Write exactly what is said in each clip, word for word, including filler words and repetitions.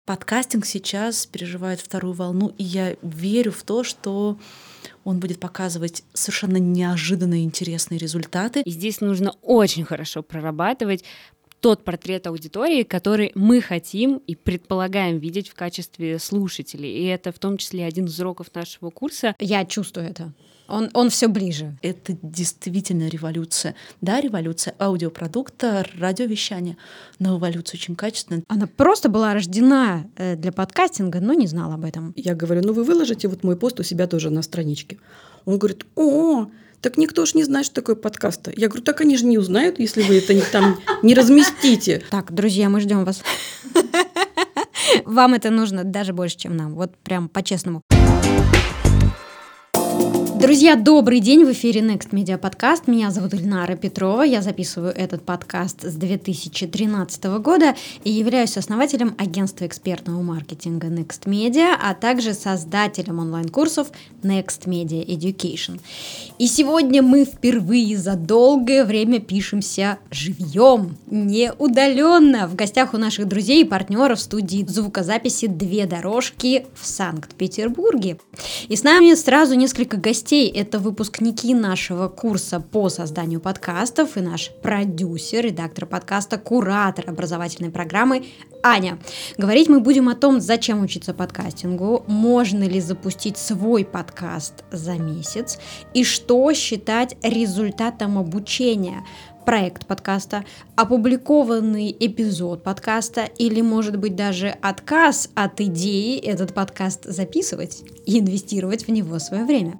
Подкастинг сейчас переживает вторую волну, и я верю в то, что он будет показывать совершенно неожиданные интересные результаты. И здесь нужно очень хорошо прорабатывать тот портрет аудитории, который мы хотим и предполагаем видеть в качестве слушателей. И это в том числе один из уроков нашего курса. Я чувствую это. Он, он все ближе. Это действительно революция. Да, революция аудиопродукта, радиовещания, но эволюция очень качественная. Она просто была рождена для подкастинга, но не знала об этом. Я говорю, ну вы выложите вот мой пост у себя тоже на страничке. Он говорит, о, так никто ж не знает, что такое подкаст. Я говорю, так они же не узнают, если вы это там не разместите. Так, друзья, мы ждем вас. Вам это нужно даже больше, чем нам. Вот прям по-честному. Друзья, добрый день! В эфире Next Media Podcast. Меня зовут Ильнара Петрова. Я записываю этот подкаст с две тысячи тринадцатого года и являюсь основателем агентства экспертного маркетинга Next Media, а также создателем онлайн-курсов Next Media Education. И сегодня мы впервые за долгое время пишемся живьем, не удаленно. В гостях у наших друзей и партнеров студии звукозаписи «Две дорожки» в Санкт-Петербурге. И с нами сразу несколько гостей. Это выпускники нашего курса по созданию подкастов и наш продюсер, редактор подкаста, куратор образовательной программы Аня. Говорить мы будем о том, зачем учиться подкастингу, можно ли запустить свой подкаст за месяц и что считать результатом обучения. Проект подкаста, опубликованный эпизод подкаста или, может быть, даже отказ от идеи этот подкаст записывать и инвестировать в него свое время.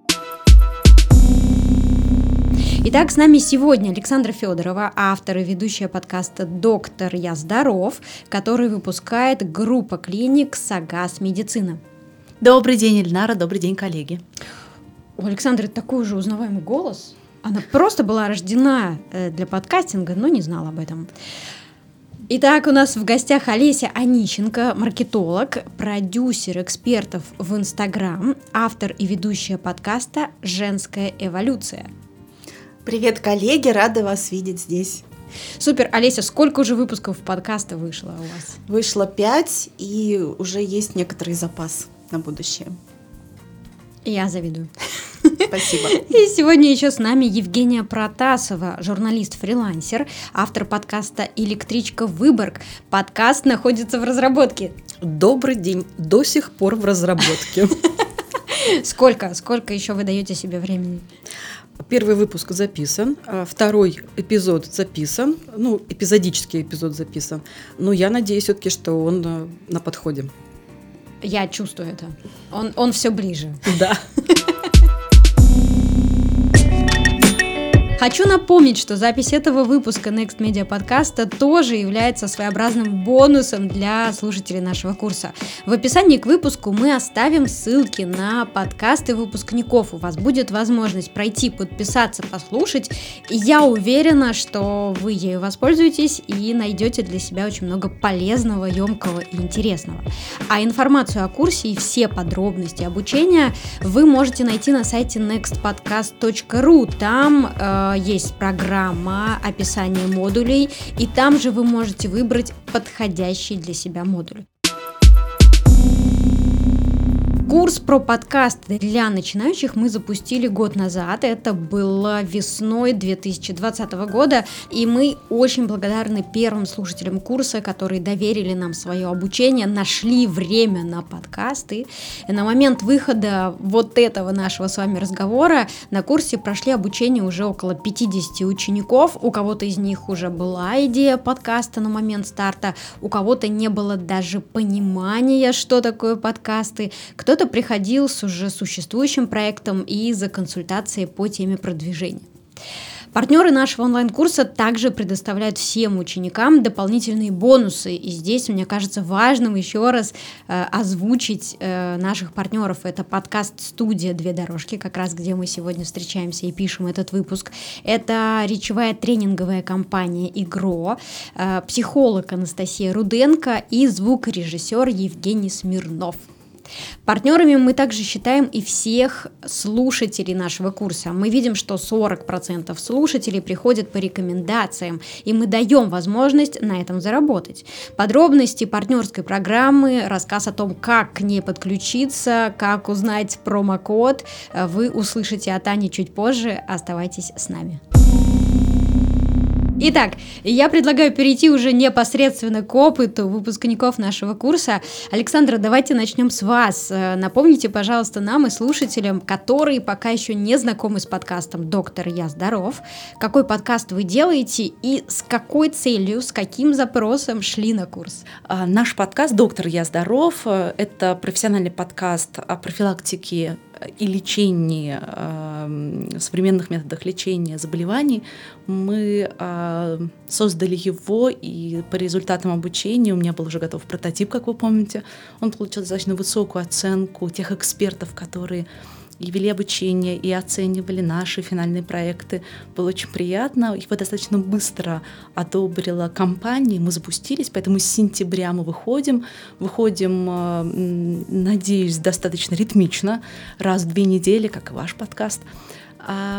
Итак, с нами сегодня Александра Федорова, автор и ведущая подкаста «Доктор, я здоров», который выпускает группа клиник «Сагас Медицина». Добрый день, Ильнара, добрый день, коллеги. У Александры такой же узнаваемый голос. Она просто была рождена для подкастинга, но не знала об этом. Итак, у нас в гостях Олеся Онищенко, маркетолог, продюсер экспертов в Инстаграм, автор и ведущая подкаста «Женская эволюция». Привет, коллеги, рада вас видеть здесь. Супер, Олеся, сколько уже выпусков подкаста вышло у вас? Вышло пять, и уже есть некоторый запас на будущее. Я завидую. Спасибо. И сегодня еще с нами Евгения Протасова, журналист-фрилансер, автор подкаста «Электричка Выборг». Подкаст находится в разработке. Добрый день, до сих пор в разработке. Сколько? Сколько еще вы даете себе времени? Первый выпуск записан, второй эпизод записан, ну, эпизодический эпизод записан. Но я надеюсь все-таки, что он на подходе. Я чувствую это. Он, он все ближе. Да. Хочу напомнить, что запись этого выпуска Next Media подкаста тоже является своеобразным бонусом для слушателей нашего курса. В описании к выпуску мы оставим ссылки на подкасты выпускников. У вас будет возможность пройти, подписаться, послушать. И я уверена, что вы ею воспользуетесь и найдете для себя очень много полезного, емкого и интересного. А информацию о курсе и все подробности обучения вы можете найти на сайте next podcast точка ру. Там э, есть программа, описание модулей, и там же вы можете выбрать подходящий для себя модуль. Курс про подкасты для начинающих мы запустили год назад, это было весной две тысячи двадцатого года, и мы очень благодарны первым слушателям курса, которые доверили нам свое обучение, нашли время на подкасты. И на момент выхода вот этого нашего с вами разговора на курсе прошли обучение уже около пятьдесят учеников, у кого-то из них уже была идея подкаста на момент старта, у кого-то не было даже понимания, что такое подкасты, кто-то приходил с уже существующим проектом и за консультацией по теме продвижения. Партнеры нашего онлайн-курса также предоставляют всем ученикам дополнительные бонусы. И здесь, мне кажется, важным еще раз э, озвучить э, наших партнеров. Это подкаст-студия «Две дорожки», как раз где мы сегодня встречаемся и пишем этот выпуск. Это речевая тренинговая компания «Игро», э, психолог Анастасия Руденко и звукорежиссер Евгений Смирнов. Партнерами мы также считаем и всех слушателей нашего курса. Мы видим, что сорок процентов слушателей приходят по рекомендациям, и мы даем возможность на этом заработать. Подробности партнерской программы, рассказ о том, как к ней подключиться, как узнать промокод, вы услышите от Ани чуть позже. Оставайтесь с нами. Итак, я предлагаю перейти уже непосредственно к опыту выпускников нашего курса. Александра, давайте начнем с вас. Напомните, пожалуйста, нам и слушателям, которые пока еще не знакомы с подкастом «Доктор, я здоров», какой подкаст вы делаете и с какой целью, с каким запросом шли на курс? А, наш подкаст «Доктор, я здоров» — это профессиональный подкаст о профилактике и лечении, э, современных методах лечения заболеваний. Мы э, создали его, и по результатам обучения у меня был уже готов прототип, как вы помните. Он получил достаточно высокую оценку тех экспертов, которые и вели обучение, и оценивали наши финальные проекты. Было очень приятно. Его достаточно быстро одобрила компания. Мы запустились, поэтому с сентября мы выходим. Выходим, надеюсь, достаточно ритмично, раз в две недели, как и ваш подкаст. А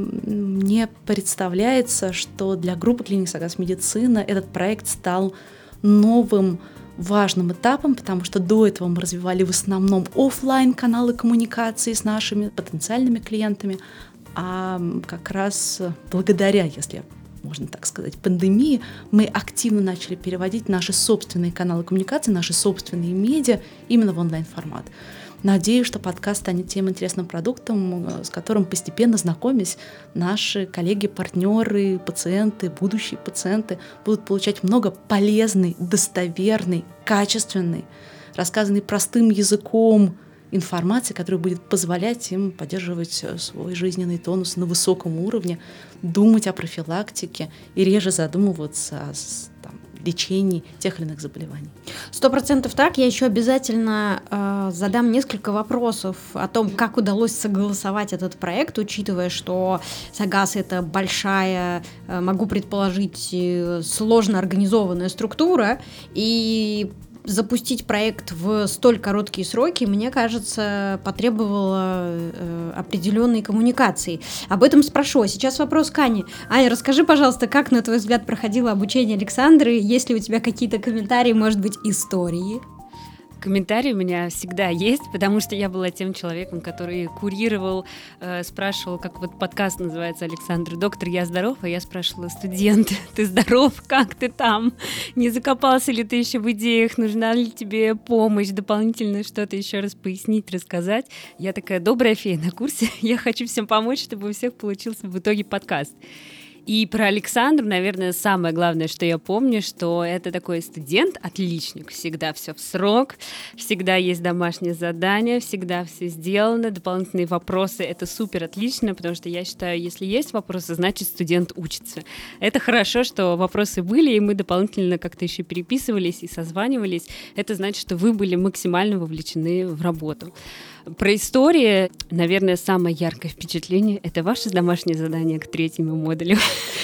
мне представляется, что для группы клиник Согаз Медицина этот проект стал новым важным этапом, потому что до этого мы развивали в основном офлайн каналы коммуникации с нашими потенциальными клиентами, а как раз благодаря, если можно так сказать, пандемии, мы активно начали переводить наши собственные каналы коммуникации, наши собственные медиа именно в онлайн-формат. Надеюсь, что подкаст станет тем интересным продуктом, с которым постепенно, знакомясь, наши коллеги, партнеры, пациенты, будущие пациенты будут получать много полезной, достоверной, качественной, рассказанной простым языком информации, которая будет позволять им поддерживать свой жизненный тонус на высоком уровне, думать о профилактике и реже задумываться о там, лечении тех или иных заболеваний. Сто процентов так. Я еще обязательно э, задам несколько вопросов о том, как удалось согласовать этот проект, учитывая, что Согаз — это большая, э, могу предположить, э, сложно организованная структура, и запустить проект в столь короткие сроки, мне кажется, потребовало э, определенной коммуникации. Об этом спрошу. А сейчас вопрос к Ане. Аня, расскажи, пожалуйста, как, на твой взгляд, проходило обучение Александры? Есть ли у тебя какие-то комментарии, может быть, истории? Комментарии у меня всегда есть, потому что я была тем человеком, который курировал, э, спрашивал, как вот подкаст называется «Александр, доктор, я здоров», а я спрашивала: студент, ты здоров, как ты там? Не закопался ли ты еще в идеях? Нужна ли тебе помощь, дополнительно что-то еще раз пояснить, рассказать? Я такая добрая фея на курсе, я хочу всем помочь, чтобы у всех получился в итоге подкаст. И про Александру, наверное, самое главное, что я помню, что это такой студент-отличник. Всегда все в срок, всегда есть домашнее задание, всегда все сделано, дополнительные вопросы — это супер отлично, потому что я считаю, если есть вопросы, значит, студент учится. Это хорошо, что вопросы были, и мы дополнительно как-то еще переписывались и созванивались. Это значит, что вы были максимально вовлечены в работу. Про истории, наверное, самое яркое впечатление — это ваше домашнее задание к третьему модулю.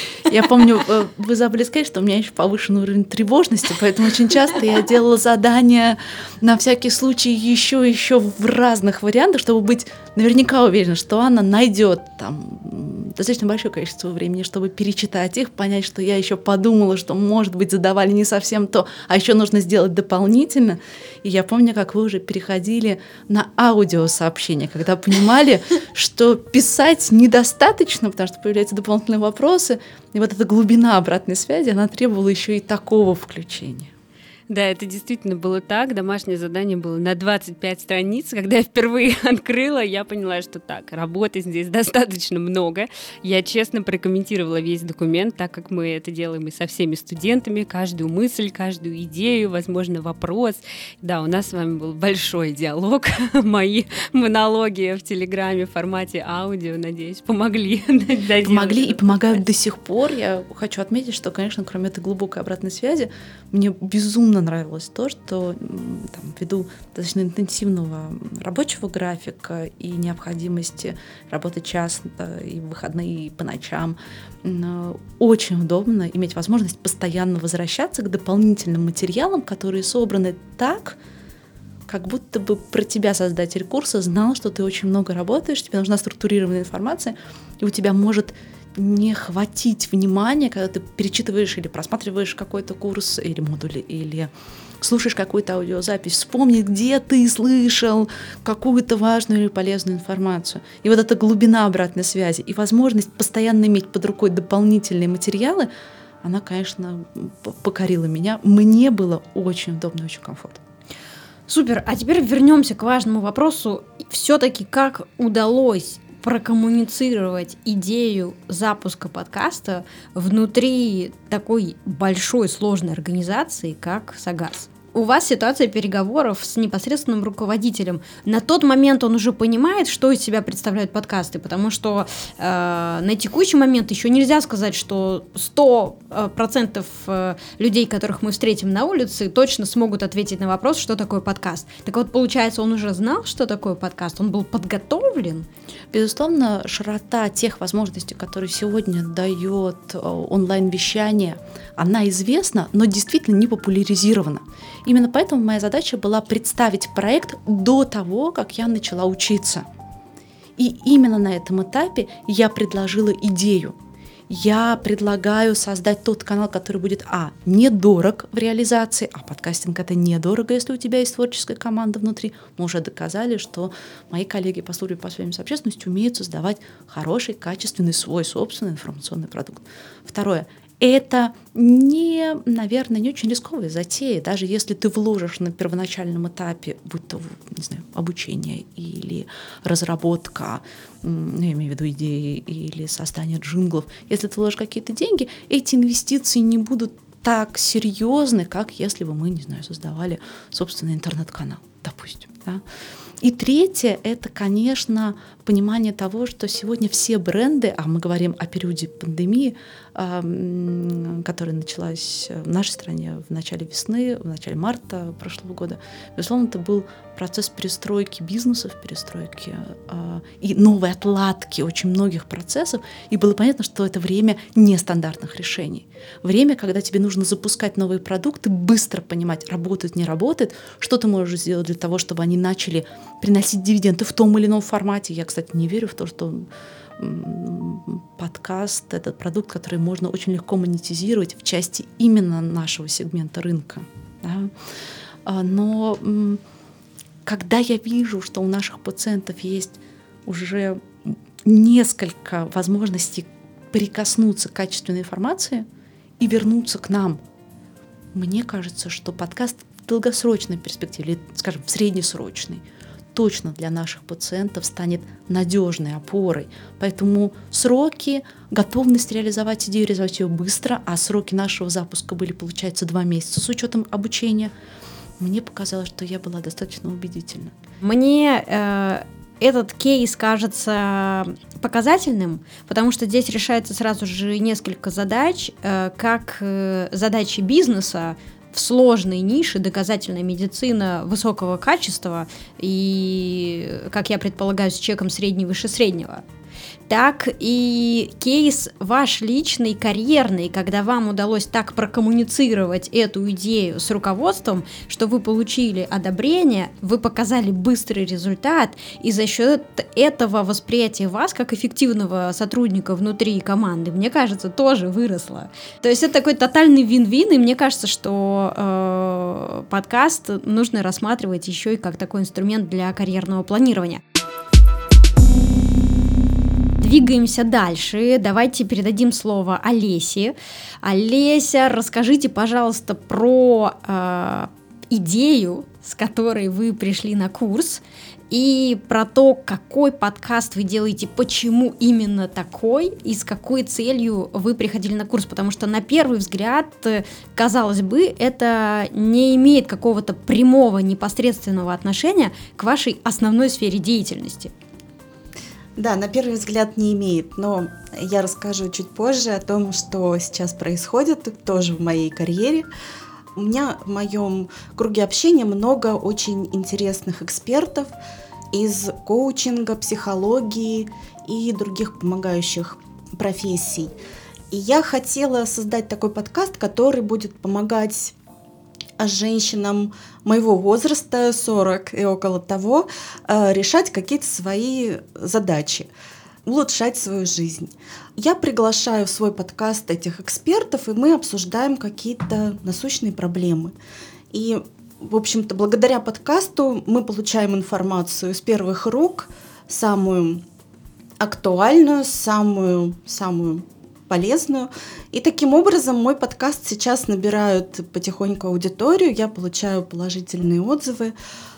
Я помню, вы забыли сказать, что у меня еще повышенный уровень тревожности, поэтому очень часто я делала задания на всякий случай еще и еще в разных вариантах, чтобы быть наверняка уверена, что Анна найдет там достаточно большое количество времени, чтобы перечитать их, понять, что я еще подумала, что, может быть, задавали не совсем то, а еще нужно сделать дополнительно. И я помню, как вы уже переходили на аудиосообщения, когда понимали, что писать недостаточно, потому что появляются дополнительные вопросы, и вот эта глубина обратной связи, она требовала еще и такого включения. Да, это действительно было так. Домашнее задание было на двадцать пять страниц. Когда я впервые открыла, я поняла, что так, работы здесь достаточно много. Я честно прокомментировала весь документ, так как мы это делаем и со всеми студентами. Каждую мысль, каждую идею, возможно, вопрос. Да, у нас с вами был большой диалог. Мои монологи в Телеграме в формате аудио, надеюсь, помогли. Помогли и помогают до сих пор. Я хочу отметить, что, конечно, кроме этой глубокой обратной связи, мне безумно нравилось то, что там, ввиду достаточно интенсивного рабочего графика и необходимости работать часто и в выходные, и по ночам, очень удобно иметь возможность постоянно возвращаться к дополнительным материалам, которые собраны так, как будто бы про тебя создатель курса знал, что ты очень много работаешь, тебе нужна структурированная информация, и у тебя может не хватить внимания, когда ты перечитываешь или просматриваешь какой-то курс или модуль, или слушаешь какую-то аудиозапись, вспомни, где ты слышал какую-то важную или полезную информацию. И вот эта глубина обратной связи и возможность постоянно иметь под рукой дополнительные материалы, она, конечно, покорила меня. Мне было очень удобно, очень комфортно. Супер. А теперь вернемся к важному вопросу. Все-таки как удалось прокоммуницировать идею запуска подкаста внутри такой большой сложной организации, как Сагаз? У вас ситуация переговоров с непосредственным руководителем. На тот момент он уже понимает, что из себя представляют подкасты, потому что э, на текущий момент еще нельзя сказать, что сто процентов людей, которых мы встретим на улице, точно смогут ответить на вопрос, что такое подкаст. Так вот, получается, он уже знал, что такое подкаст? Он был подготовлен? Безусловно, широта тех возможностей, которые сегодня дает онлайн-вещание, она известна, но действительно не популяризирована. Именно поэтому моя задача была представить проект до того, как я начала учиться. И именно на этом этапе я предложила идею. Я предлагаю создать тот канал, который будет, а, недорог в реализации, а подкастинг — это недорого, если у тебя есть творческая команда внутри. Мы уже доказали, что мои коллеги по службе по связям с общественностью умеют создавать хороший, качественный, свой собственный информационный продукт. Второе. Это не, наверное, не очень рисковая затея, даже если ты вложишь на первоначальном этапе, будь то, не знаю, обучение или разработка, я имею в виду идеи, или создание джинглов, если ты вложишь какие-то деньги, эти инвестиции не будут так серьезны, как если бы мы, не знаю, создавали собственный интернет-канал, допустим, да? И третье – это, конечно, понимание того, что сегодня все бренды, а мы говорим о периоде пандемии, которая началась в нашей стране в начале весны, в начале марта прошлого года, безусловно, это был процесс перестройки бизнесов, перестройки и новой отладки очень многих процессов, и было понятно, что это время нестандартных решений. Время, когда тебе нужно запускать новые продукты, быстро понимать, работает, не работает, что ты можешь сделать для того, чтобы они начали приносить дивиденды в том или ином формате. Я, кстати, не верю в то, что подкаст — это продукт, который можно очень легко монетизировать в части именно нашего сегмента рынка. Да? Но когда я вижу, что у наших пациентов есть уже несколько возможностей прикоснуться к качественной информации и вернуться к нам, мне кажется, что подкаст в долгосрочной перспективе, или, скажем, в среднесрочной, точно для наших пациентов станет надежной опорой. Поэтому сроки, готовность реализовать идею, реализовать ее быстро, а сроки нашего запуска были, получается, два месяца с учетом обучения, мне показалось, что я была достаточно убедительна. Мне э, этот кейс кажется показательным, потому что здесь решается сразу же несколько задач, э, как э, задачи бизнеса в сложной нише, доказательная медицина высокого качества и, как я предполагаю, с чеком средний выше среднего, так и кейс ваш личный, карьерный, когда вам удалось так прокоммуницировать эту идею с руководством, что вы получили одобрение, вы показали быстрый результат, и за счет этого восприятие вас как эффективного сотрудника внутри команды, мне кажется, тоже выросло. То есть это такой тотальный вин-вин, и мне кажется, что э, подкаст нужно рассматривать еще и как такой инструмент для карьерного планирования. Двигаемся дальше. Давайте передадим слово Олесе. Олеся, расскажите, пожалуйста, про э, идею, с которой вы пришли на курс, и про то, какой подкаст вы делаете, почему именно такой, и с какой целью вы приходили на курс. Потому что на первый взгляд, казалось бы, это не имеет какого-то прямого, непосредственного отношения к вашей основной сфере деятельности. Да, на первый взгляд не имеет, но я расскажу чуть позже о том, что сейчас происходит тоже в моей карьере. У меня в моем круге общения много очень интересных экспертов из коучинга, психологии и других помогающих профессий. И я хотела создать такой подкаст, который будет помогать а женщинам моего возраста, сорок и около того, решать какие-то свои задачи, улучшать свою жизнь. Я приглашаю в свой подкаст этих экспертов, и мы обсуждаем какие-то насущные проблемы. И, в общем-то, благодаря подкасту мы получаем информацию с первых рук, самую актуальную, самую, самую полезную. И таким образом мой подкаст сейчас набирает потихоньку аудиторию, я получаю положительные отзывы.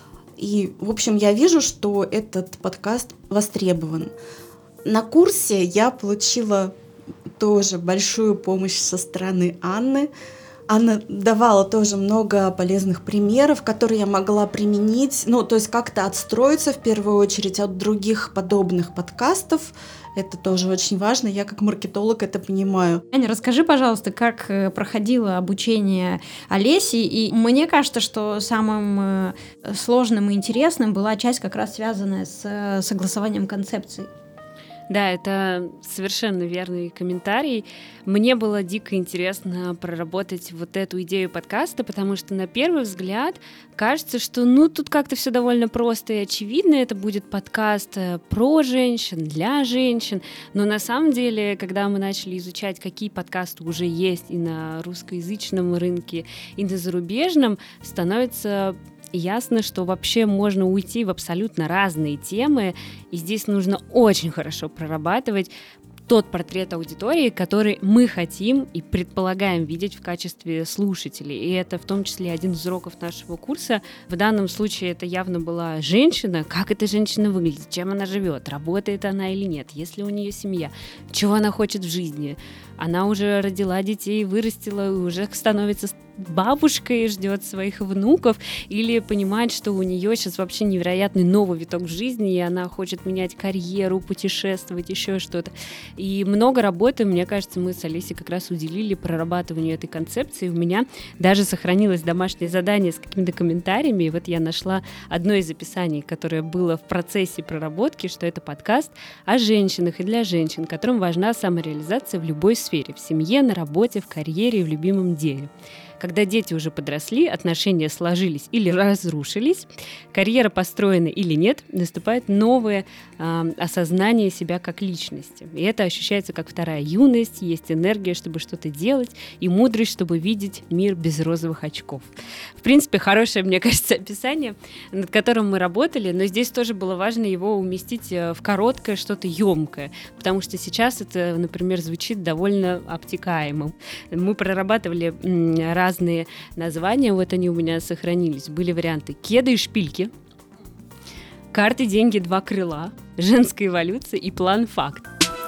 И, в общем, я вижу, что этот подкаст востребован. На курсе я получила тоже большую помощь со стороны Анны. Анна давала тоже много полезных примеров, которые я могла применить, ну, то есть как-то отстроиться в первую очередь от других подобных подкастов. Это тоже очень важно, я как маркетолог это понимаю. Аня, расскажи, пожалуйста, как проходило обучение Олеси, и мне кажется, что самым сложным и интересным была часть, как раз связанная с согласованием концепций. Да, это совершенно верный комментарий. Мне было дико интересно проработать вот эту идею подкаста, потому что на первый взгляд кажется, что ну тут как-то все довольно просто и очевидно. Это будет подкаст про женщин, для женщин. Но на самом деле, когда мы начали изучать, какие подкасты уже есть и на русскоязычном рынке, и на зарубежном, становится ясно, что вообще можно уйти в абсолютно разные темы, и здесь нужно очень хорошо прорабатывать тот портрет аудитории, который мы хотим и предполагаем видеть в качестве слушателей. И это в том числе один из уроков нашего курса. В данном случае это явно была женщина. Как эта женщина выглядит, чем она живет, работает она или нет, есть ли у нее семья, чего она хочет в жизни. Она уже родила детей, вырастила, уже становится бабушкой, ждет своих внуков, или понимает, что у нее сейчас вообще невероятный новый виток в жизни, и она хочет менять карьеру, путешествовать, еще что-то. И много работы, мне кажется, мы с Олесей как раз уделили прорабатыванию этой концепции. У меня даже сохранилось домашнее задание с какими-то комментариями, и вот я нашла одно из описаний, которое было в процессе проработки, что это подкаст о женщинах и для женщин, которым важна самореализация в любой сфере, в семье, на работе, в карьере и в любимом деле. Когда дети уже подросли, отношения сложились или разрушились, карьера построена или нет, наступает новое э, осознание себя как личности. И это ощущается как вторая юность, есть энергия, чтобы что-то делать, и мудрость, чтобы видеть мир без розовых очков. В принципе, хорошее, мне кажется, описание, над которым мы работали, но здесь тоже было важно его уместить в короткое, что-то емкое, потому что сейчас это, например, звучит довольно обтекаемым. Мы прорабатывали м, разные разные названия, вот они у меня сохранились. Были варианты кеды и шпильки, карты, деньги, два крыла, женская эволюция и план факт.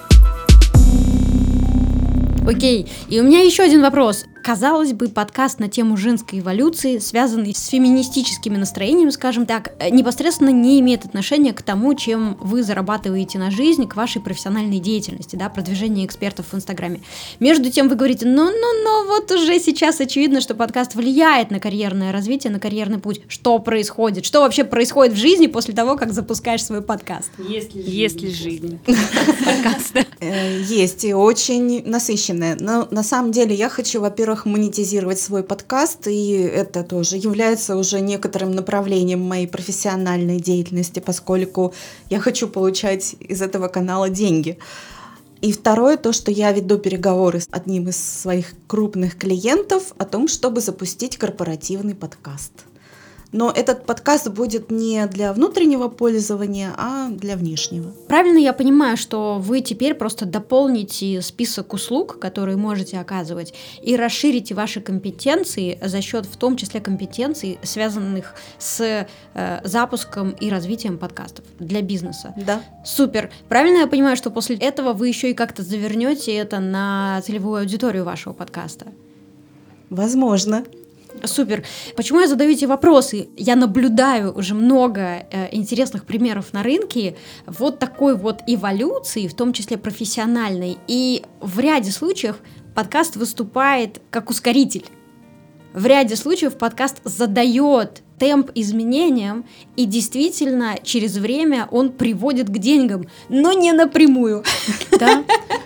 Окей, и у меня еще один вопрос. Казалось бы, подкаст на тему женской эволюции, связанный с феминистическими настроениями, скажем так, непосредственно не имеет отношения к тому, чем вы зарабатываете на жизнь, к вашей профессиональной деятельности, да, продвижение экспертов в Инстаграме. Между тем вы говорите, ну-ну-ну, вот уже сейчас очевидно, что подкаст влияет на карьерное развитие, на карьерный путь. Что происходит? Что вообще происходит в жизни после того, как запускаешь свой подкаст? Есть ли жизнь? Есть ли жизнь подкаста? Есть, и очень насыщенная. Но на самом деле я хочу, во-первых, монетизировать свой подкаст, и это тоже является уже некоторым направлением моей профессиональной деятельности, поскольку я хочу получать из этого канала деньги. И второе, то, что я веду переговоры с одним из своих крупных клиентов о том, чтобы запустить корпоративный подкаст. Но этот подкаст будет не для внутреннего пользования, а для внешнего. Правильно я понимаю, что вы теперь просто дополните список услуг, которые можете оказывать, и расширите ваши компетенции за счет, в том числе, компетенций, связанных с э, запуском и развитием подкастов для бизнеса? Да. Супер. Правильно я понимаю, что после этого вы еще и как-то завернете это на целевую аудиторию вашего подкаста? Возможно. Супер. Почему я задаю эти вопросы? Я наблюдаю уже много э, интересных примеров на рынке вот такой вот эволюции, в том числе профессиональной. И в ряде случаев подкаст выступает как ускоритель. В ряде случаев подкаст задает темп изменениям, и действительно через время он приводит к деньгам, но не напрямую. Да.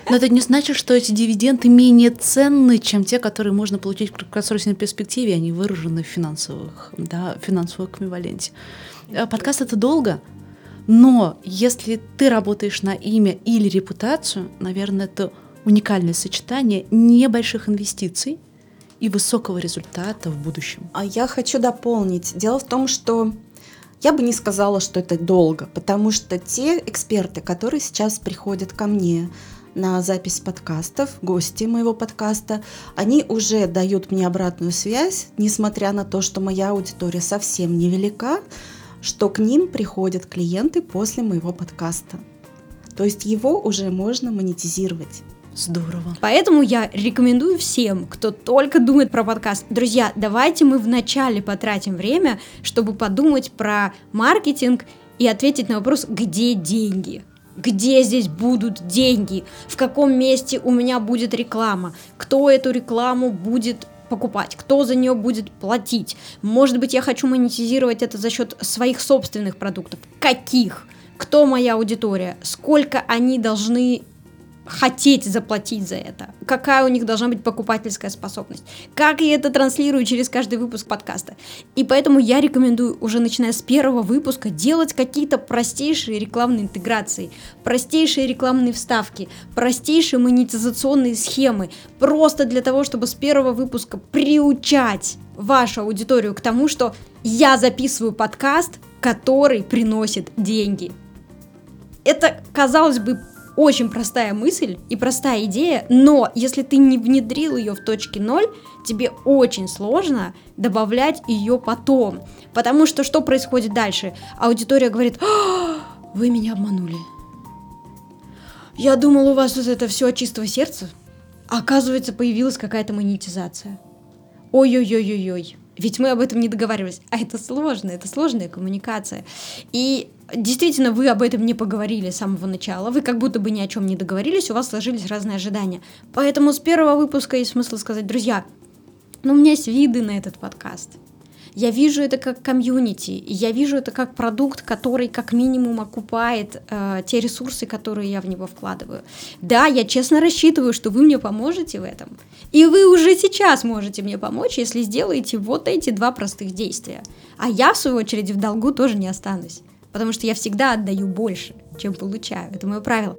Но это не значит, что эти дивиденды менее ценны, чем те, которые можно получить в краткосрочной перспективе, они выражены в финансовых, да, финансовом эквиваленте. Подкаст — это долго, но если ты работаешь на имя или репутацию, наверное, это уникальное сочетание небольших инвестиций и высокого результата в будущем. А я хочу дополнить. Дело в том, что я бы не сказала, что это долго, потому что те эксперты, которые сейчас приходят ко мне на запись подкастов, гости моего подкаста, они уже дают мне обратную связь, несмотря на то, что моя аудитория совсем невелика, что к ним приходят клиенты после моего подкаста. То есть его уже можно монетизировать. Здорово. Поэтому я рекомендую всем, кто только думает про подкаст, друзья, давайте мы вначале потратим время, чтобы подумать про маркетинг и ответить на вопрос, где деньги? Где здесь будут деньги? В каком месте у меня будет реклама? Кто эту рекламу будет покупать? Кто за нее будет платить? Может быть, я хочу монетизировать это за счет своих собственных продуктов. Каких? Кто моя аудитория? Сколько они должны хотеть заплатить за это? Какая у них должна быть покупательская способность? Как я это транслирую через каждый выпуск подкаста? И поэтому я рекомендую уже начиная с первого выпуска делать какие-то простейшие рекламные интеграции, простейшие рекламные вставки, простейшие монетизационные схемы, просто для того, чтобы с первого выпуска приучать вашу аудиторию к тому, что я записываю подкаст, который приносит деньги. Это, казалось бы, очень простая мысль и простая идея, но если ты не внедрил ее в точке ноль, тебе очень сложно добавлять ее потом. Потому что что происходит дальше? Аудитория говорит: вы меня обманули. Я думал, у вас вот это все от чистого сердца, а оказывается, появилась какая-то монетизация. Ой-ой-ой-ой-ой. Ведь мы об этом не договаривались. А это сложно, это сложная коммуникация. И действительно, вы об этом не поговорили с самого начала. Вы как будто бы ни о чем не договорились, у вас сложились разные ожидания. Поэтому с первого выпуска есть смысл сказать: друзья, ну у меня есть виды на этот подкаст. Я вижу это как комьюнити, я вижу это как продукт, который как минимум окупает э, те ресурсы, которые я в него вкладываю. Да, я честно рассчитываю, что вы мне поможете в этом. И вы уже сейчас можете мне помочь, если сделаете вот эти два простых действия. А я, в свою очередь, в долгу тоже не останусь, потому что я всегда отдаю больше, чем получаю. Это мое правило.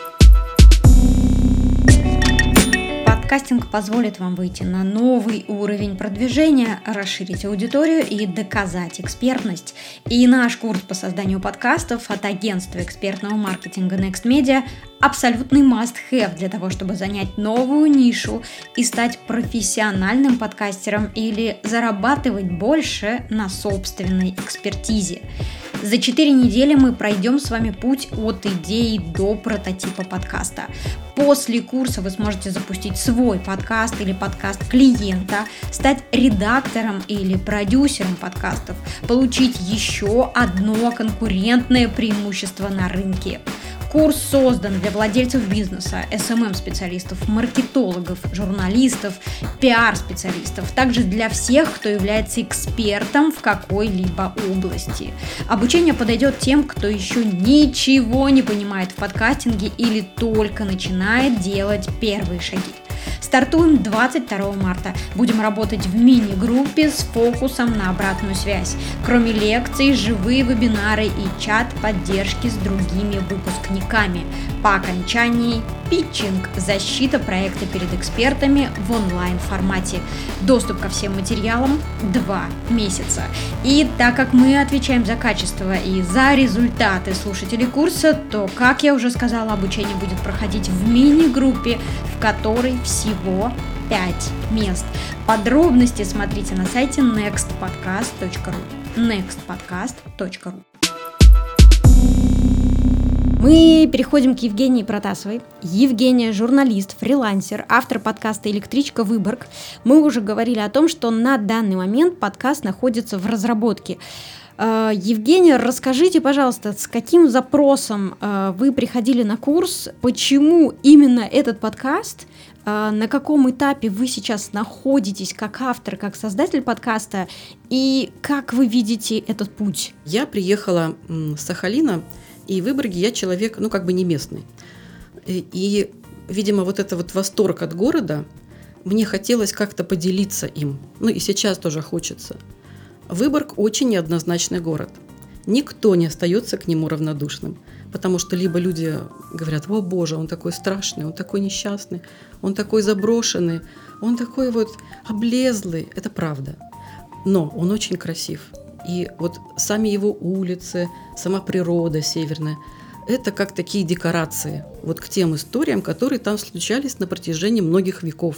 Подкастинг позволит вам выйти на новый уровень продвижения, расширить аудиторию и доказать экспертность. И наш курс по созданию подкастов от агентства экспертного маркетинга Next Media абсолютный must-have для того, чтобы занять новую нишу и стать профессиональным подкастером или зарабатывать больше на собственной экспертизе. За четыре недели мы пройдем с вами путь от идеи до прототипа подкаста. После курса вы сможете запустить свой подкаст или подкаст клиента, стать редактором или продюсером подкастов, получить еще одно конкурентное преимущество на рынке. Курс создан для владельцев бизнеса, эс эм эм-специалистов, маркетологов, журналистов, пиар-специалистов, также для всех, кто является экспертом в какой-либо области. Обучение подойдет тем, кто еще ничего не понимает в подкастинге или только начинает делать первые шаги. Стартуем двадцать второго марта. Будем работать в мини-группе с фокусом на обратную связь. Кроме лекций, живые вебинары и чат поддержки с другими выпускниками. По окончании питчинг, защита проекта перед экспертами в онлайн-формате. Доступ ко всем материалам два месяца. И так как мы отвечаем за качество и за результаты слушателей курса, то, как я уже сказала, обучение будет проходить в мини-группе, в которой всего пять мест. Подробности смотрите на сайте next podcast точка ru. next podcast точка ru. Мы переходим к Евгении Протасовой. Евгения – журналист, фрилансер, автор подкаста «Электричка Выборг». Мы уже говорили о том, что на данный момент подкаст находится в разработке. Евгения, расскажите, пожалуйста, с каким запросом вы приходили на курс, почему именно этот подкаст, на каком этапе вы сейчас находитесь как автор, как создатель подкаста, и как вы видите этот путь? Я приехала с Сахалина, и в Выборге я человек, ну, как бы не местный. И видимо, вот это вот восторг от города, мне хотелось как-то поделиться им. Ну и сейчас тоже хочется. Выборг очень неоднозначный город. Никто не остается к нему равнодушным. Потому что либо люди говорят: о боже, он такой страшный, он такой несчастный, он такой заброшенный, он такой вот облезлый. Это правда. Но он очень красив. И вот сами его улицы, сама природа северная, это как такие декорации вот к тем историям, которые там случались на протяжении многих веков.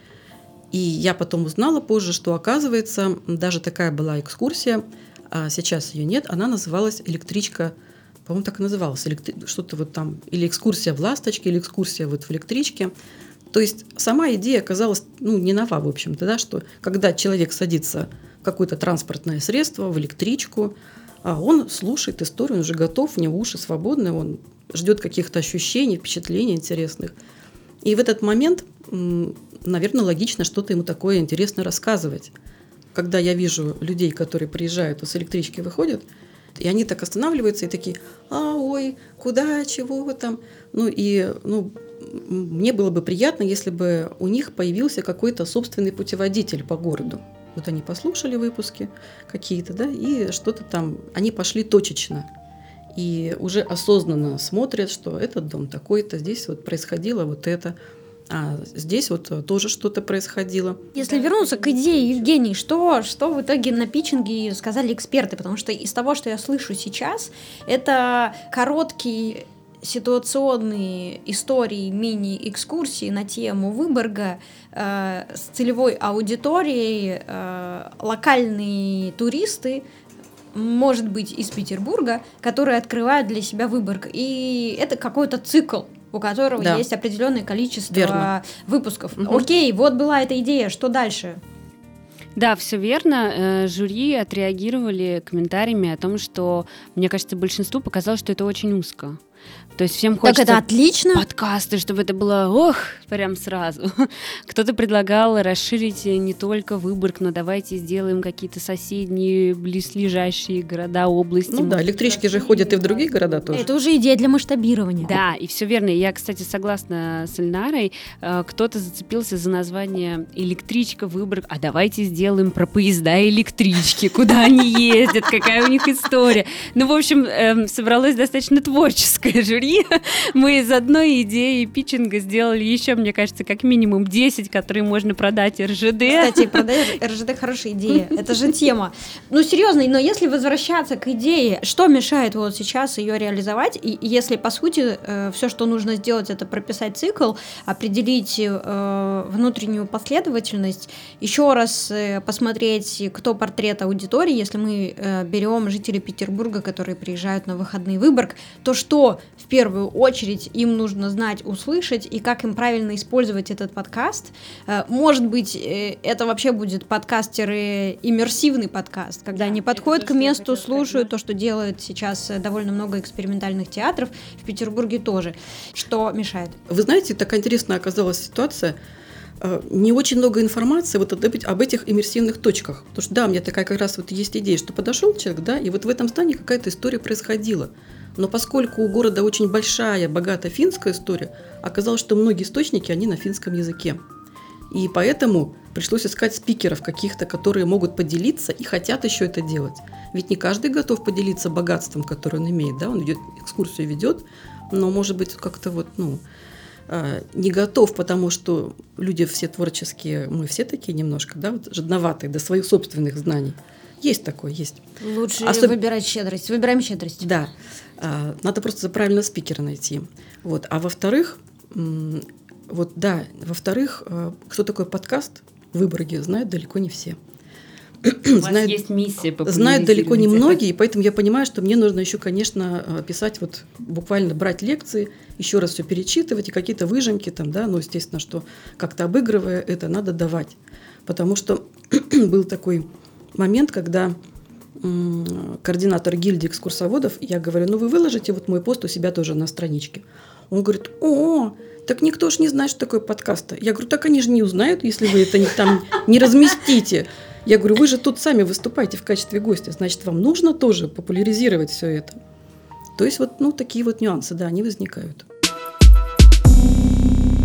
И я потом узнала позже, что, оказывается, даже такая была экскурсия, а сейчас ее нет, она называлась «Электричка», по-моему, так и называлась, электри... что-то вот там, или экскурсия в «Ласточке», или экскурсия вот в электричке. То есть сама идея оказалась, ну, не нова, в общем-то, да, что когда человек садится в какое-то транспортное средство, в электричку, а он слушает историю, он уже готов, у него уши свободны, он ждет каких-то ощущений, впечатлений интересных. И в этот момент, наверное, логично что-то ему такое интересное рассказывать. Когда я вижу людей, которые приезжают, с электрички выходят, и они так останавливаются и такие: а, ой, куда, чего вы там? Ну и ну, мне было бы приятно, если бы у них появился какой-то собственный путеводитель по городу. Вот они послушали выпуски какие-то, да, и что-то там, они пошли точечно. И уже осознанно смотрят, что этот дом такой-то, здесь вот происходило вот это, а здесь вот тоже что-то происходило. Если вернуться к идее, Евгений, что, что в итоге на питчинге сказали эксперты? Потому что из того, что я слышу сейчас, это короткие ситуационные истории, мини-экскурсии на тему Выборга э, с целевой аудиторией, э, локальные туристы, может быть, из Петербурга, которые открывают для себя Выборг. И это какой-то цикл, у которого да. есть определенное количество Верно. выпусков. Угу. Окей, вот была эта идея, что дальше? Да, все верно. Жюри отреагировали комментариями о том, что, мне кажется, большинству показалось, что это очень узко. То есть всем хочется так это отлично. подкасты, чтобы это было ох, прям сразу. Кто-то предлагал расширить не только Выборг, но давайте сделаем какие-то соседние, близлежащие города, области. Ну да, электрички же ходят и в другие города тоже. Это уже идея для масштабирования. Да, и все верно. Я, кстати, согласна с Эльнарой. Кто-то зацепился за название «Электричка Выборг». А давайте сделаем про поезда и электрички, куда они ездят, какая у них история. Ну, в общем, собралось достаточно творческое жюри. Мы из одной идеи питчинга сделали еще, мне кажется, как минимум десять, которые можно продать эр жэ дэ. Кстати, продать эр жэ дэ хорошая идея. Это же тема. Ну, серьезно, но если возвращаться к идее, что мешает вот сейчас ее реализовать? И если, по сути, все, что нужно сделать, это прописать цикл, определить внутреннюю последовательность, еще раз посмотреть, кто портрет аудитории, если мы берем жителей Петербурга, которые приезжают на выходные в Выборг, то что в первую очередь им нужно знать, услышать, и как им правильно использовать этот подкаст. Может быть, это вообще будет подкастеры-иммерсивный подкаст, когда да, они подходят к месту, слушают то, что делают сейчас довольно много экспериментальных театров, в Петербурге тоже. Что мешает? Вы знаете, такая интересная оказалась ситуация. Не очень много информации вот об этих иммерсивных точках. Потому что да, у меня такая как раз вот есть идея, что подошел человек, да, и вот в этом здании какая-то история происходила. Но поскольку у города очень большая, богатая финская история, оказалось, что многие источники, они на финском языке. И поэтому пришлось искать спикеров каких-то, которые могут поделиться и хотят еще это делать. Ведь не каждый готов поделиться богатством, которое он имеет, да, он идет, экскурсию ведет, но, может быть, как-то вот, ну, не готов, потому что люди все творческие, мы все такие немножко, да, вот жадноватые до своих собственных знаний. Есть такое, есть. Лучше Особ... выбирать щедрость. Выбираем щедрость. Да. Надо просто правильно спикера найти. Вот. А во-вторых, вот да, во-вторых, кто такой подкаст в Выборге, знают далеко не все. У вас знают, есть миссия популяризировать. Знают далеко не многие, и поэтому я понимаю, что мне нужно еще, конечно, писать, вот буквально брать лекции, еще раз все перечитывать, и какие-то выжимки там, да, ну, естественно, что как-то обыгрывая это, надо давать. Потому что был такой момент, когда м- координатор гильдии экскурсоводов, я говорю: ну вы выложите вот мой пост у себя тоже на страничке. Он говорит: о, так никто ж не знает, что такое подкаст. Я говорю: так они же не узнают, если вы это не, там не разместите. Я говорю: вы же тут сами выступаете в качестве гостя, значит, вам нужно тоже популяризировать все это. То есть вот, ну, такие вот нюансы, да, они возникают.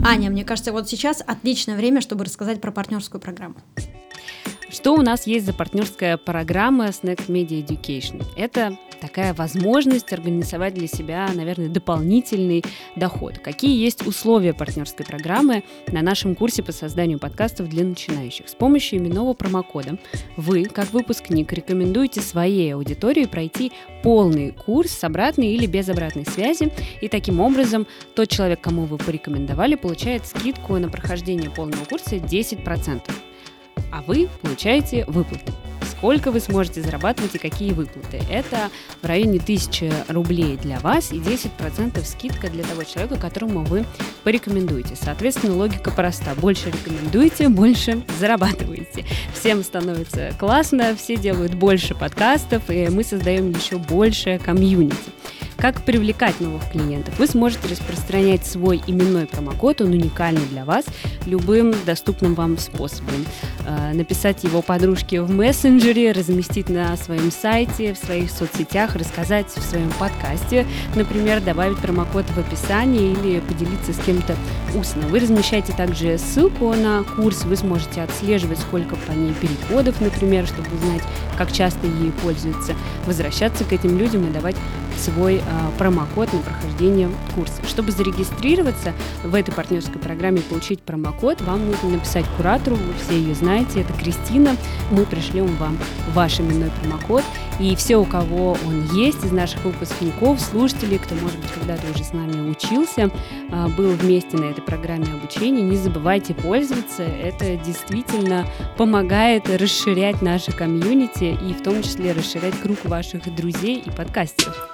Аня, мне кажется, вот сейчас отличное время, чтобы рассказать про партнерскую программу. Что у нас есть за партнерская программа Next Media Education? Это такая возможность организовать для себя, наверное, дополнительный доход. Какие есть условия партнерской программы на нашем курсе по созданию подкастов для начинающих? С помощью именного промокода вы, как выпускник, рекомендуете своей аудитории пройти полный курс с обратной или без обратной связи, и таким образом тот человек, кому вы порекомендовали, получает скидку на прохождение полного курса десять процентов. А вы получаете выплаты. Сколько вы сможете зарабатывать и какие выплаты? Это в районе тысячи рублей для вас и десять процентов скидка для того человека, которому вы порекомендуете. Соответственно, логика проста. Больше рекомендуете, больше зарабатываете. Всем становится классно, все делают больше подкастов, и мы создаем еще больше комьюнити. Как привлекать новых клиентов? Вы сможете распространять свой именной промокод, он уникальный для вас, любым доступным вам способом. Написать его подружке в мессенджере, разместить на своем сайте, в своих соцсетях, рассказать в своем подкасте, например, добавить промокод в описании или поделиться с кем-то устно. Вы размещаете также ссылку на курс, вы сможете отслеживать, сколько по ней переходов, например, чтобы узнать, как часто ей пользуются, возвращаться к этим людям и давать свой а, промокод на прохождение курса. Чтобы зарегистрироваться в этой партнерской программе и получить промокод, вам нужно написать куратору, вы все ее знаете, это Кристина, мы пришлем вам ваш именной промокод, и все, у кого он есть, из наших выпускников, слушателей, кто, может быть, когда-то уже с нами учился, а, был вместе на этой программе обучения, не забывайте пользоваться, это действительно помогает расширять наше комьюнити и в том числе расширять круг ваших друзей и подкастеров.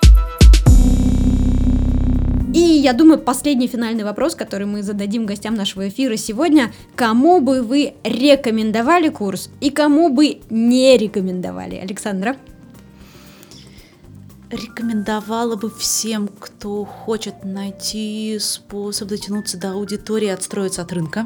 И я думаю, последний финальный вопрос, который мы зададим гостям нашего эфира сегодня. Кому бы вы рекомендовали курс и кому бы не рекомендовали? Александра? Рекомендовала бы всем, кто хочет найти способ дотянуться до аудитории, отстроиться от рынка.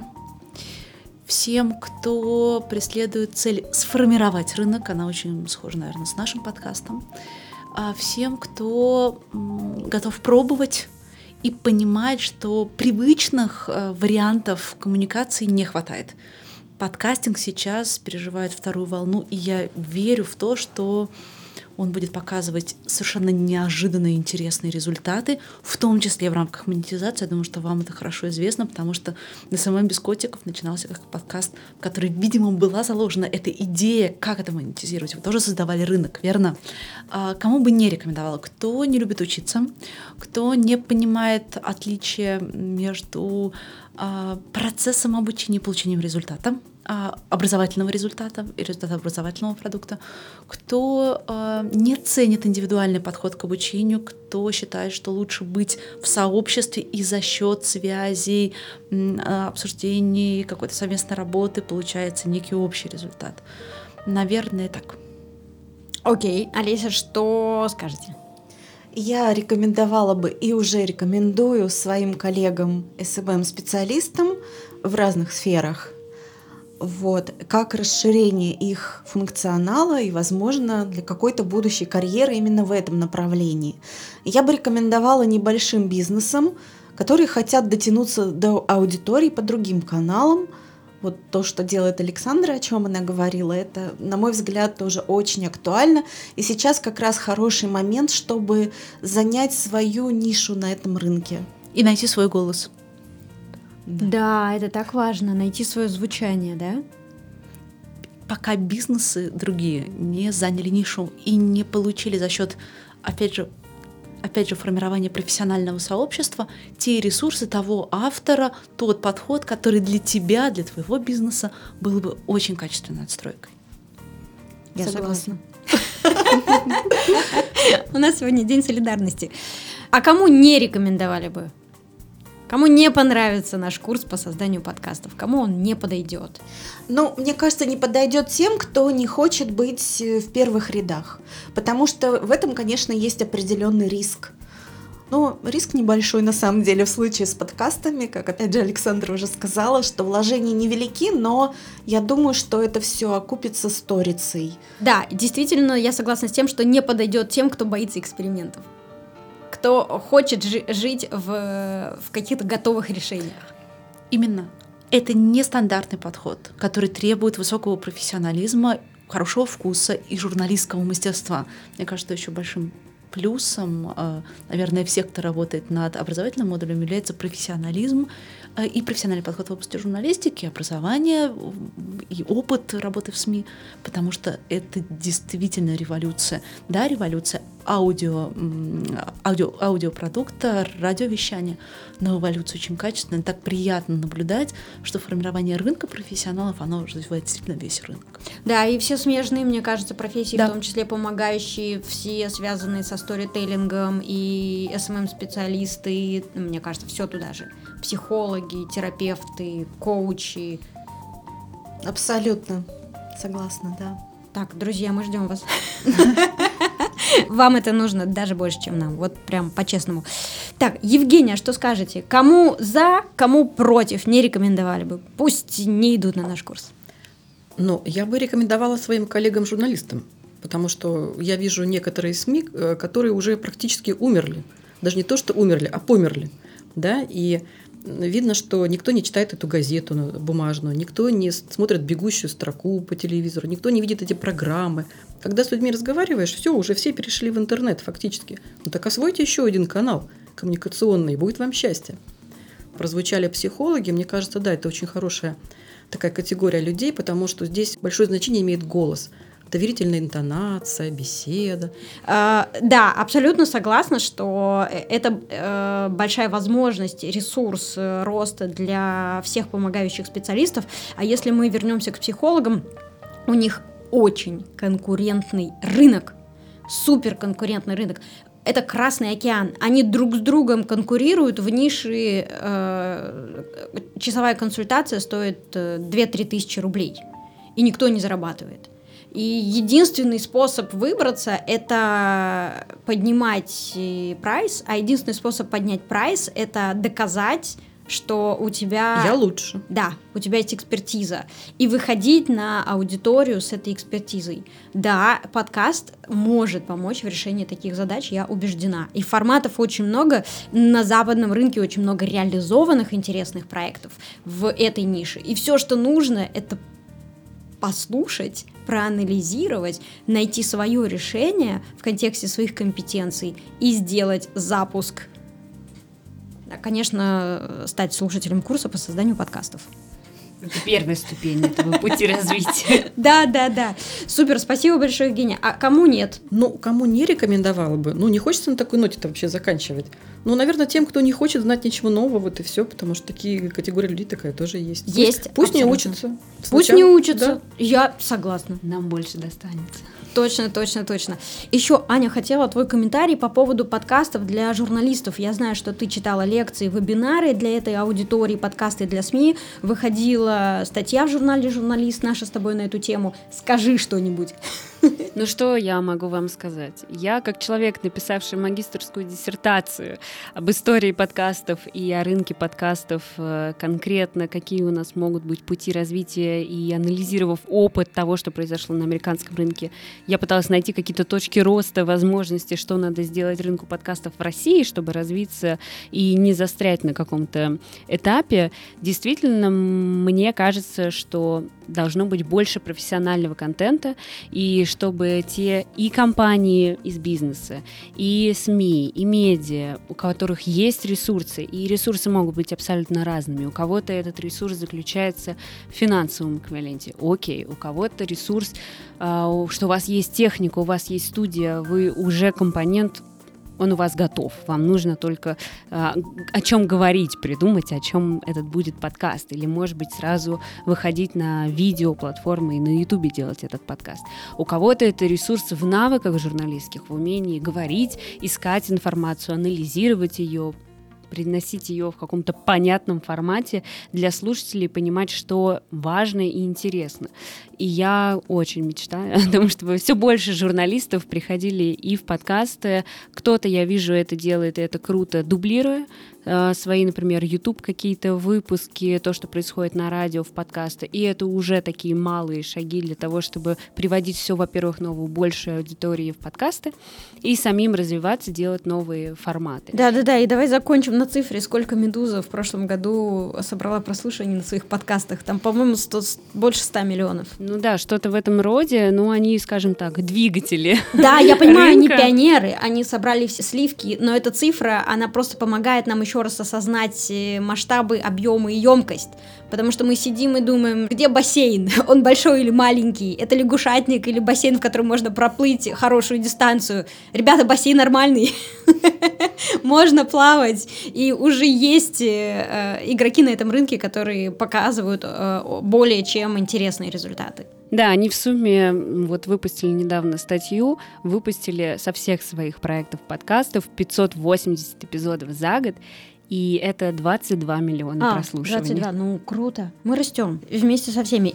Всем, кто преследует цель сформировать рынок, она очень схожа, наверное, с нашим подкастом. А всем, кто м, готов пробовать и понимать, что привычных э, вариантов коммуникации не хватает. Подкастинг сейчас переживает вторую волну, и я верю в то, что он будет показывать совершенно неожиданные интересные результаты, в том числе в рамках монетизации. Я думаю, что вам это хорошо известно, потому что эс эм эм без котиков начинался как подкаст, в который, видимо, была заложена эта идея, как это монетизировать. Вы тоже создавали рынок, верно? А кому бы не рекомендовала? Кто не любит учиться, кто не понимает отличия между а, процессом обучения и получением результата, образовательного результата и результата образовательного продукта, кто э, не ценит индивидуальный подход к обучению, кто считает, что лучше быть в сообществе и за счет связей, э, обсуждений, какой-то совместной работы получается некий общий результат. Наверное, так. Окей, Олеся, что скажете? Я рекомендовала бы и уже рекомендую своим коллегам эс эм эм-специалистам в разных сферах, вот, как расширение их функционала и, возможно, для какой-то будущей карьеры именно в этом направлении. Я бы рекомендовала небольшим бизнесам, которые хотят дотянуться до аудитории по другим каналам. Вот то, что делает Александра, о чем она говорила, это, на мой взгляд, тоже очень актуально. И сейчас как раз хороший момент, чтобы занять свою нишу на этом рынке. И найти свой голос. Да. да, это так важно, найти свое звучание, да? Пока бизнесы другие не заняли нишу и не получили за счет, опять же, опять же, формирования профессионального сообщества те ресурсы того автора, тот подход, который для тебя, для твоего бизнеса был бы очень качественной отстройкой. Я согласна. У нас сегодня день солидарности. А кому не рекомендовали бы? Кому не понравится наш курс по созданию подкастов? Кому он не подойдет? Ну, мне кажется, не подойдет тем, кто не хочет быть в первых рядах. Потому что в этом, конечно, есть определенный риск. Но риск небольшой на самом деле в случае с подкастами, как опять же Александра уже сказала, что вложения невелики, но я думаю, что это все окупится сторицей. Да, действительно, я согласна с тем, что не подойдет тем, кто боится экспериментов. Кто хочет жи- жить в, в каких-то готовых решениях. Именно. Это нестандартный подход, который требует высокого профессионализма, хорошего вкуса и журналистского мастерства. Мне кажется, еще большим плюсом, наверное, всех, кто работает над образовательным модулем, является профессионализм и профессиональный подход в области журналистики, образования и опыт работы в СМИ, потому что это действительно революция. Да, революция аудио, аудио, аудиопродукта, радиовещания, но эволюция очень качественная. Так приятно наблюдать, что формирование рынка профессионалов, оно развивает действительно весь рынок. Да, и все смежные, мне кажется, профессии, да. в том числе помогающие, все связанные со сторителлингом и эс эм эм-специалисты, мне кажется, все туда же. Психологи, терапевты, коучи. Абсолютно. Согласна, да. Так, друзья, мы ждем вас. Вам это нужно даже больше, чем нам. Вот прям по-честному. Так, Евгения, что скажете? Кому за, кому против не рекомендовали бы? Пусть не идут на наш курс. Ну, я бы рекомендовала своим коллегам-журналистам, потому что я вижу некоторые СМИ, которые уже практически умерли. Даже не то, что умерли, а померли. Да? И видно, что никто не читает эту газету бумажную, никто не смотрит бегущую строку по телевизору, никто не видит эти программы. Когда с людьми разговариваешь, все, уже все перешли в интернет фактически. Ну так освойте еще один канал коммуникационный, и будет вам счастье. Прозвучали психологи, мне кажется, да, это очень хорошая такая категория людей, потому что здесь большое значение имеет голос. Доверительная интонация, беседа. Uh, да, абсолютно согласна, что это uh, большая возможность, ресурс uh, роста для всех помогающих специалистов. А если мы вернемся к психологам, у них очень конкурентный рынок, суперконкурентный рынок. Это Красный океан. Они друг с другом конкурируют в нише. Э, часовая консультация стоит две-три тысячи рублей, и никто не зарабатывает. И единственный способ выбраться – это поднимать прайс, а единственный способ поднять прайс – это доказать, что у тебя… Я лучше. Да, у тебя есть экспертиза. И выходить на аудиторию с этой экспертизой. Да, подкаст может помочь в решении таких задач, я убеждена. И форматов очень много. На западном рынке очень много реализованных интересных проектов в этой нише. И все, что нужно, это послушать, проанализировать, найти свое решение в контексте своих компетенций и сделать запуск. Конечно, стать слушателем курса по созданию подкастов. Это первая ступень этого пути развития. Да, да, да. Супер, спасибо большое, Евгения. А кому нет? Ну, кому не рекомендовала бы. Ну, не хочется на такой ноте-то вообще заканчивать. Ну, наверное, тем, кто не хочет знать ничего нового, вот и все, потому что такие категории людей такая тоже есть. Есть. Пусть, пусть не учатся. Пусть Сначала, не учатся. Да. Я согласна. Нам больше достанется. Точно, точно, точно. Еще, Аня, хотела твой комментарий по поводу подкастов для журналистов. Я знаю, что ты читала лекции, вебинары для этой аудитории, подкасты для СМИ. Выходила статья в журнале «Журналист» наша с тобой на эту тему. Скажи что-нибудь. Ну что я могу вам сказать? Я, как человек, написавший магистерскую диссертацию об истории подкастов и о рынке подкастов, конкретно какие у нас могут быть пути развития, и анализировав опыт того, что произошло на американском рынке, я пыталась найти какие-то точки роста, возможности, что надо сделать рынку подкастов в России, чтобы развиться и не застрять на каком-то этапе. Действительно, мне кажется, что должно быть больше профессионального контента, и чтобы те и компании из бизнеса, и СМИ, и медиа, у которых есть ресурсы, и ресурсы могут быть абсолютно разными. У кого-то этот ресурс заключается в финансовом эквиваленте. Окей, у кого-то ресурс, что у вас есть техника, у вас есть студия, вы уже компонент, он у вас готов. Вам нужно только э, о чем говорить, придумать, о чем этот будет подкаст. Или, может быть, сразу выходить на видеоплатформы и на Ютубе делать этот подкаст. У кого-то это ресурс в навыках журналистских, в умении говорить, искать информацию, анализировать ее, приносить ее в каком-то понятном формате для слушателей, понимать, что важно и интересно. И я очень мечтаю о том, чтобы все больше журналистов приходили и в подкасты. Кто-то, я вижу, это делает, и это круто, дублируя свои, например, YouTube какие-то выпуски, то, что происходит на радио, в подкасты. И это уже такие малые шаги для того, чтобы приводить все, во-первых, новую, большую аудиторию в подкасты, и самим развиваться, делать новые форматы. Да-да-да, и давай закончим на цифре, сколько «Медуза» в прошлом году собрала прослушиваний на своих подкастах. Там, по-моему, сто, больше ста миллионов. Ну да, что-то в этом роде, но они, скажем так, двигатели. Да, я понимаю, они пионеры, они собрали все сливки, но эта цифра, она просто помогает нам еще раз осознать масштабы, объемы и емкость, потому что мы сидим и думаем, где бассейн, он большой или маленький, это лягушатник или бассейн, в котором можно проплыть хорошую дистанцию. Ребята, бассейн нормальный, можно плавать, и уже есть игроки на этом рынке, которые показывают более чем интересные результаты. Да, они в сумме вот выпустили недавно статью, выпустили со всех своих проектов подкастов пятьсот восемьдесят эпизодов за год, и это двадцать два миллиона а, прослушиваний. двадцать два, ну круто. Мы растем вместе со всеми.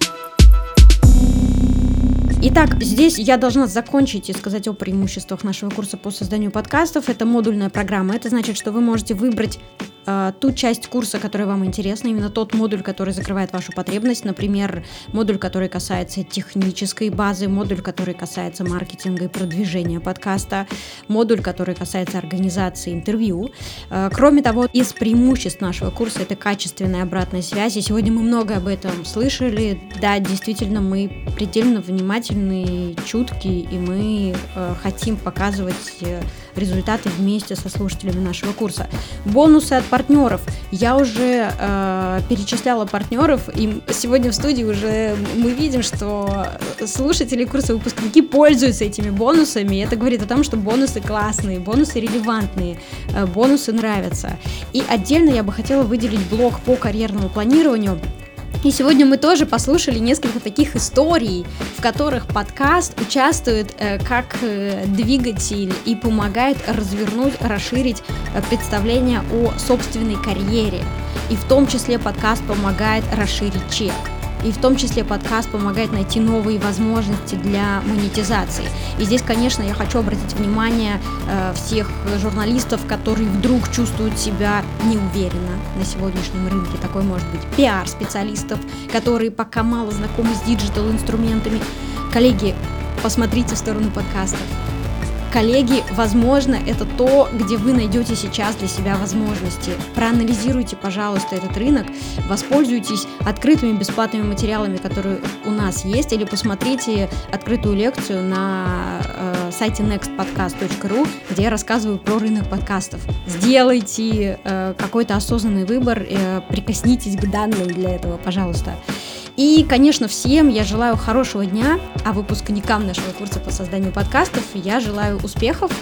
Итак, здесь я должна закончить и сказать о преимуществах нашего курса по созданию подкастов. Это модульная программа. Это значит, что вы можете выбрать э, ту часть курса, которая вам интересна, именно тот модуль, который закрывает вашу потребность. Например, модуль, который касается технической базы, модуль, который касается маркетинга и продвижения подкаста, модуль, который касается организации интервью. Э, кроме того, из преимуществ нашего курса это качественная обратная связь. И сегодня мы много об этом слышали. Да, действительно, мы предельно внимательны, чуткие, и мы э, хотим показывать э, результаты вместе со слушателями нашего курса. Бонусы от партнеров. Я уже э, перечисляла партнеров, и сегодня в студии уже мы видим, что слушатели курса, выпускники пользуются этими бонусами. Это говорит о том, что бонусы классные, бонусы релевантные, э, бонусы нравятся. И отдельно я бы хотела выделить блок по карьерному планированию. И сегодня мы тоже послушали несколько таких историй, в которых подкаст участвует э, как э, двигатель и помогает развернуть, расширить э, представление о собственной карьере. И в том числе подкаст помогает расширить чек. И в том числе подкаст помогает найти новые возможности для монетизации. И здесь, конечно, я хочу обратить внимание э, всех журналистов, которые вдруг чувствуют себя неуверенно на сегодняшнем рынке. Такой может быть пиар-специалистов, которые пока мало знакомы с диджитал-инструментами. Коллеги, посмотрите в сторону подкастов. Коллеги, возможно, это то, где вы найдете сейчас для себя возможности. Проанализируйте, пожалуйста, этот рынок, воспользуйтесь открытыми бесплатными материалами, которые у нас есть, или посмотрите открытую лекцию на э, сайте некст подкаст точка ру, где я рассказываю про рынок подкастов. Сделайте э, какой-то осознанный выбор, э, прикоснитесь к данным для этого, пожалуйста. И, конечно, всем я желаю хорошего дня, а выпускникам нашего курса по созданию подкастов я желаю успехов,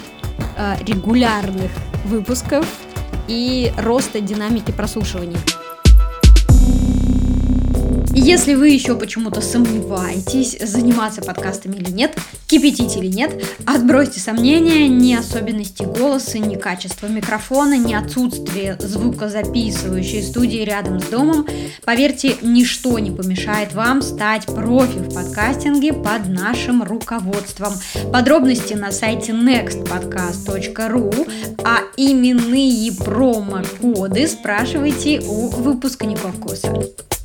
регулярных выпусков и роста динамики прослушивания. Если вы еще почему-то сомневаетесь, заниматься подкастами или нет, кипятить или нет, отбросьте сомнения, ни особенности голоса, ни качество микрофона, ни отсутствие звукозаписывающей студии рядом с домом. Поверьте, ничто не помешает вам стать профи в подкастинге под нашим руководством. Подробности на сайте некст подкаст точка ру, а именные промокоды спрашивайте у выпускников курса.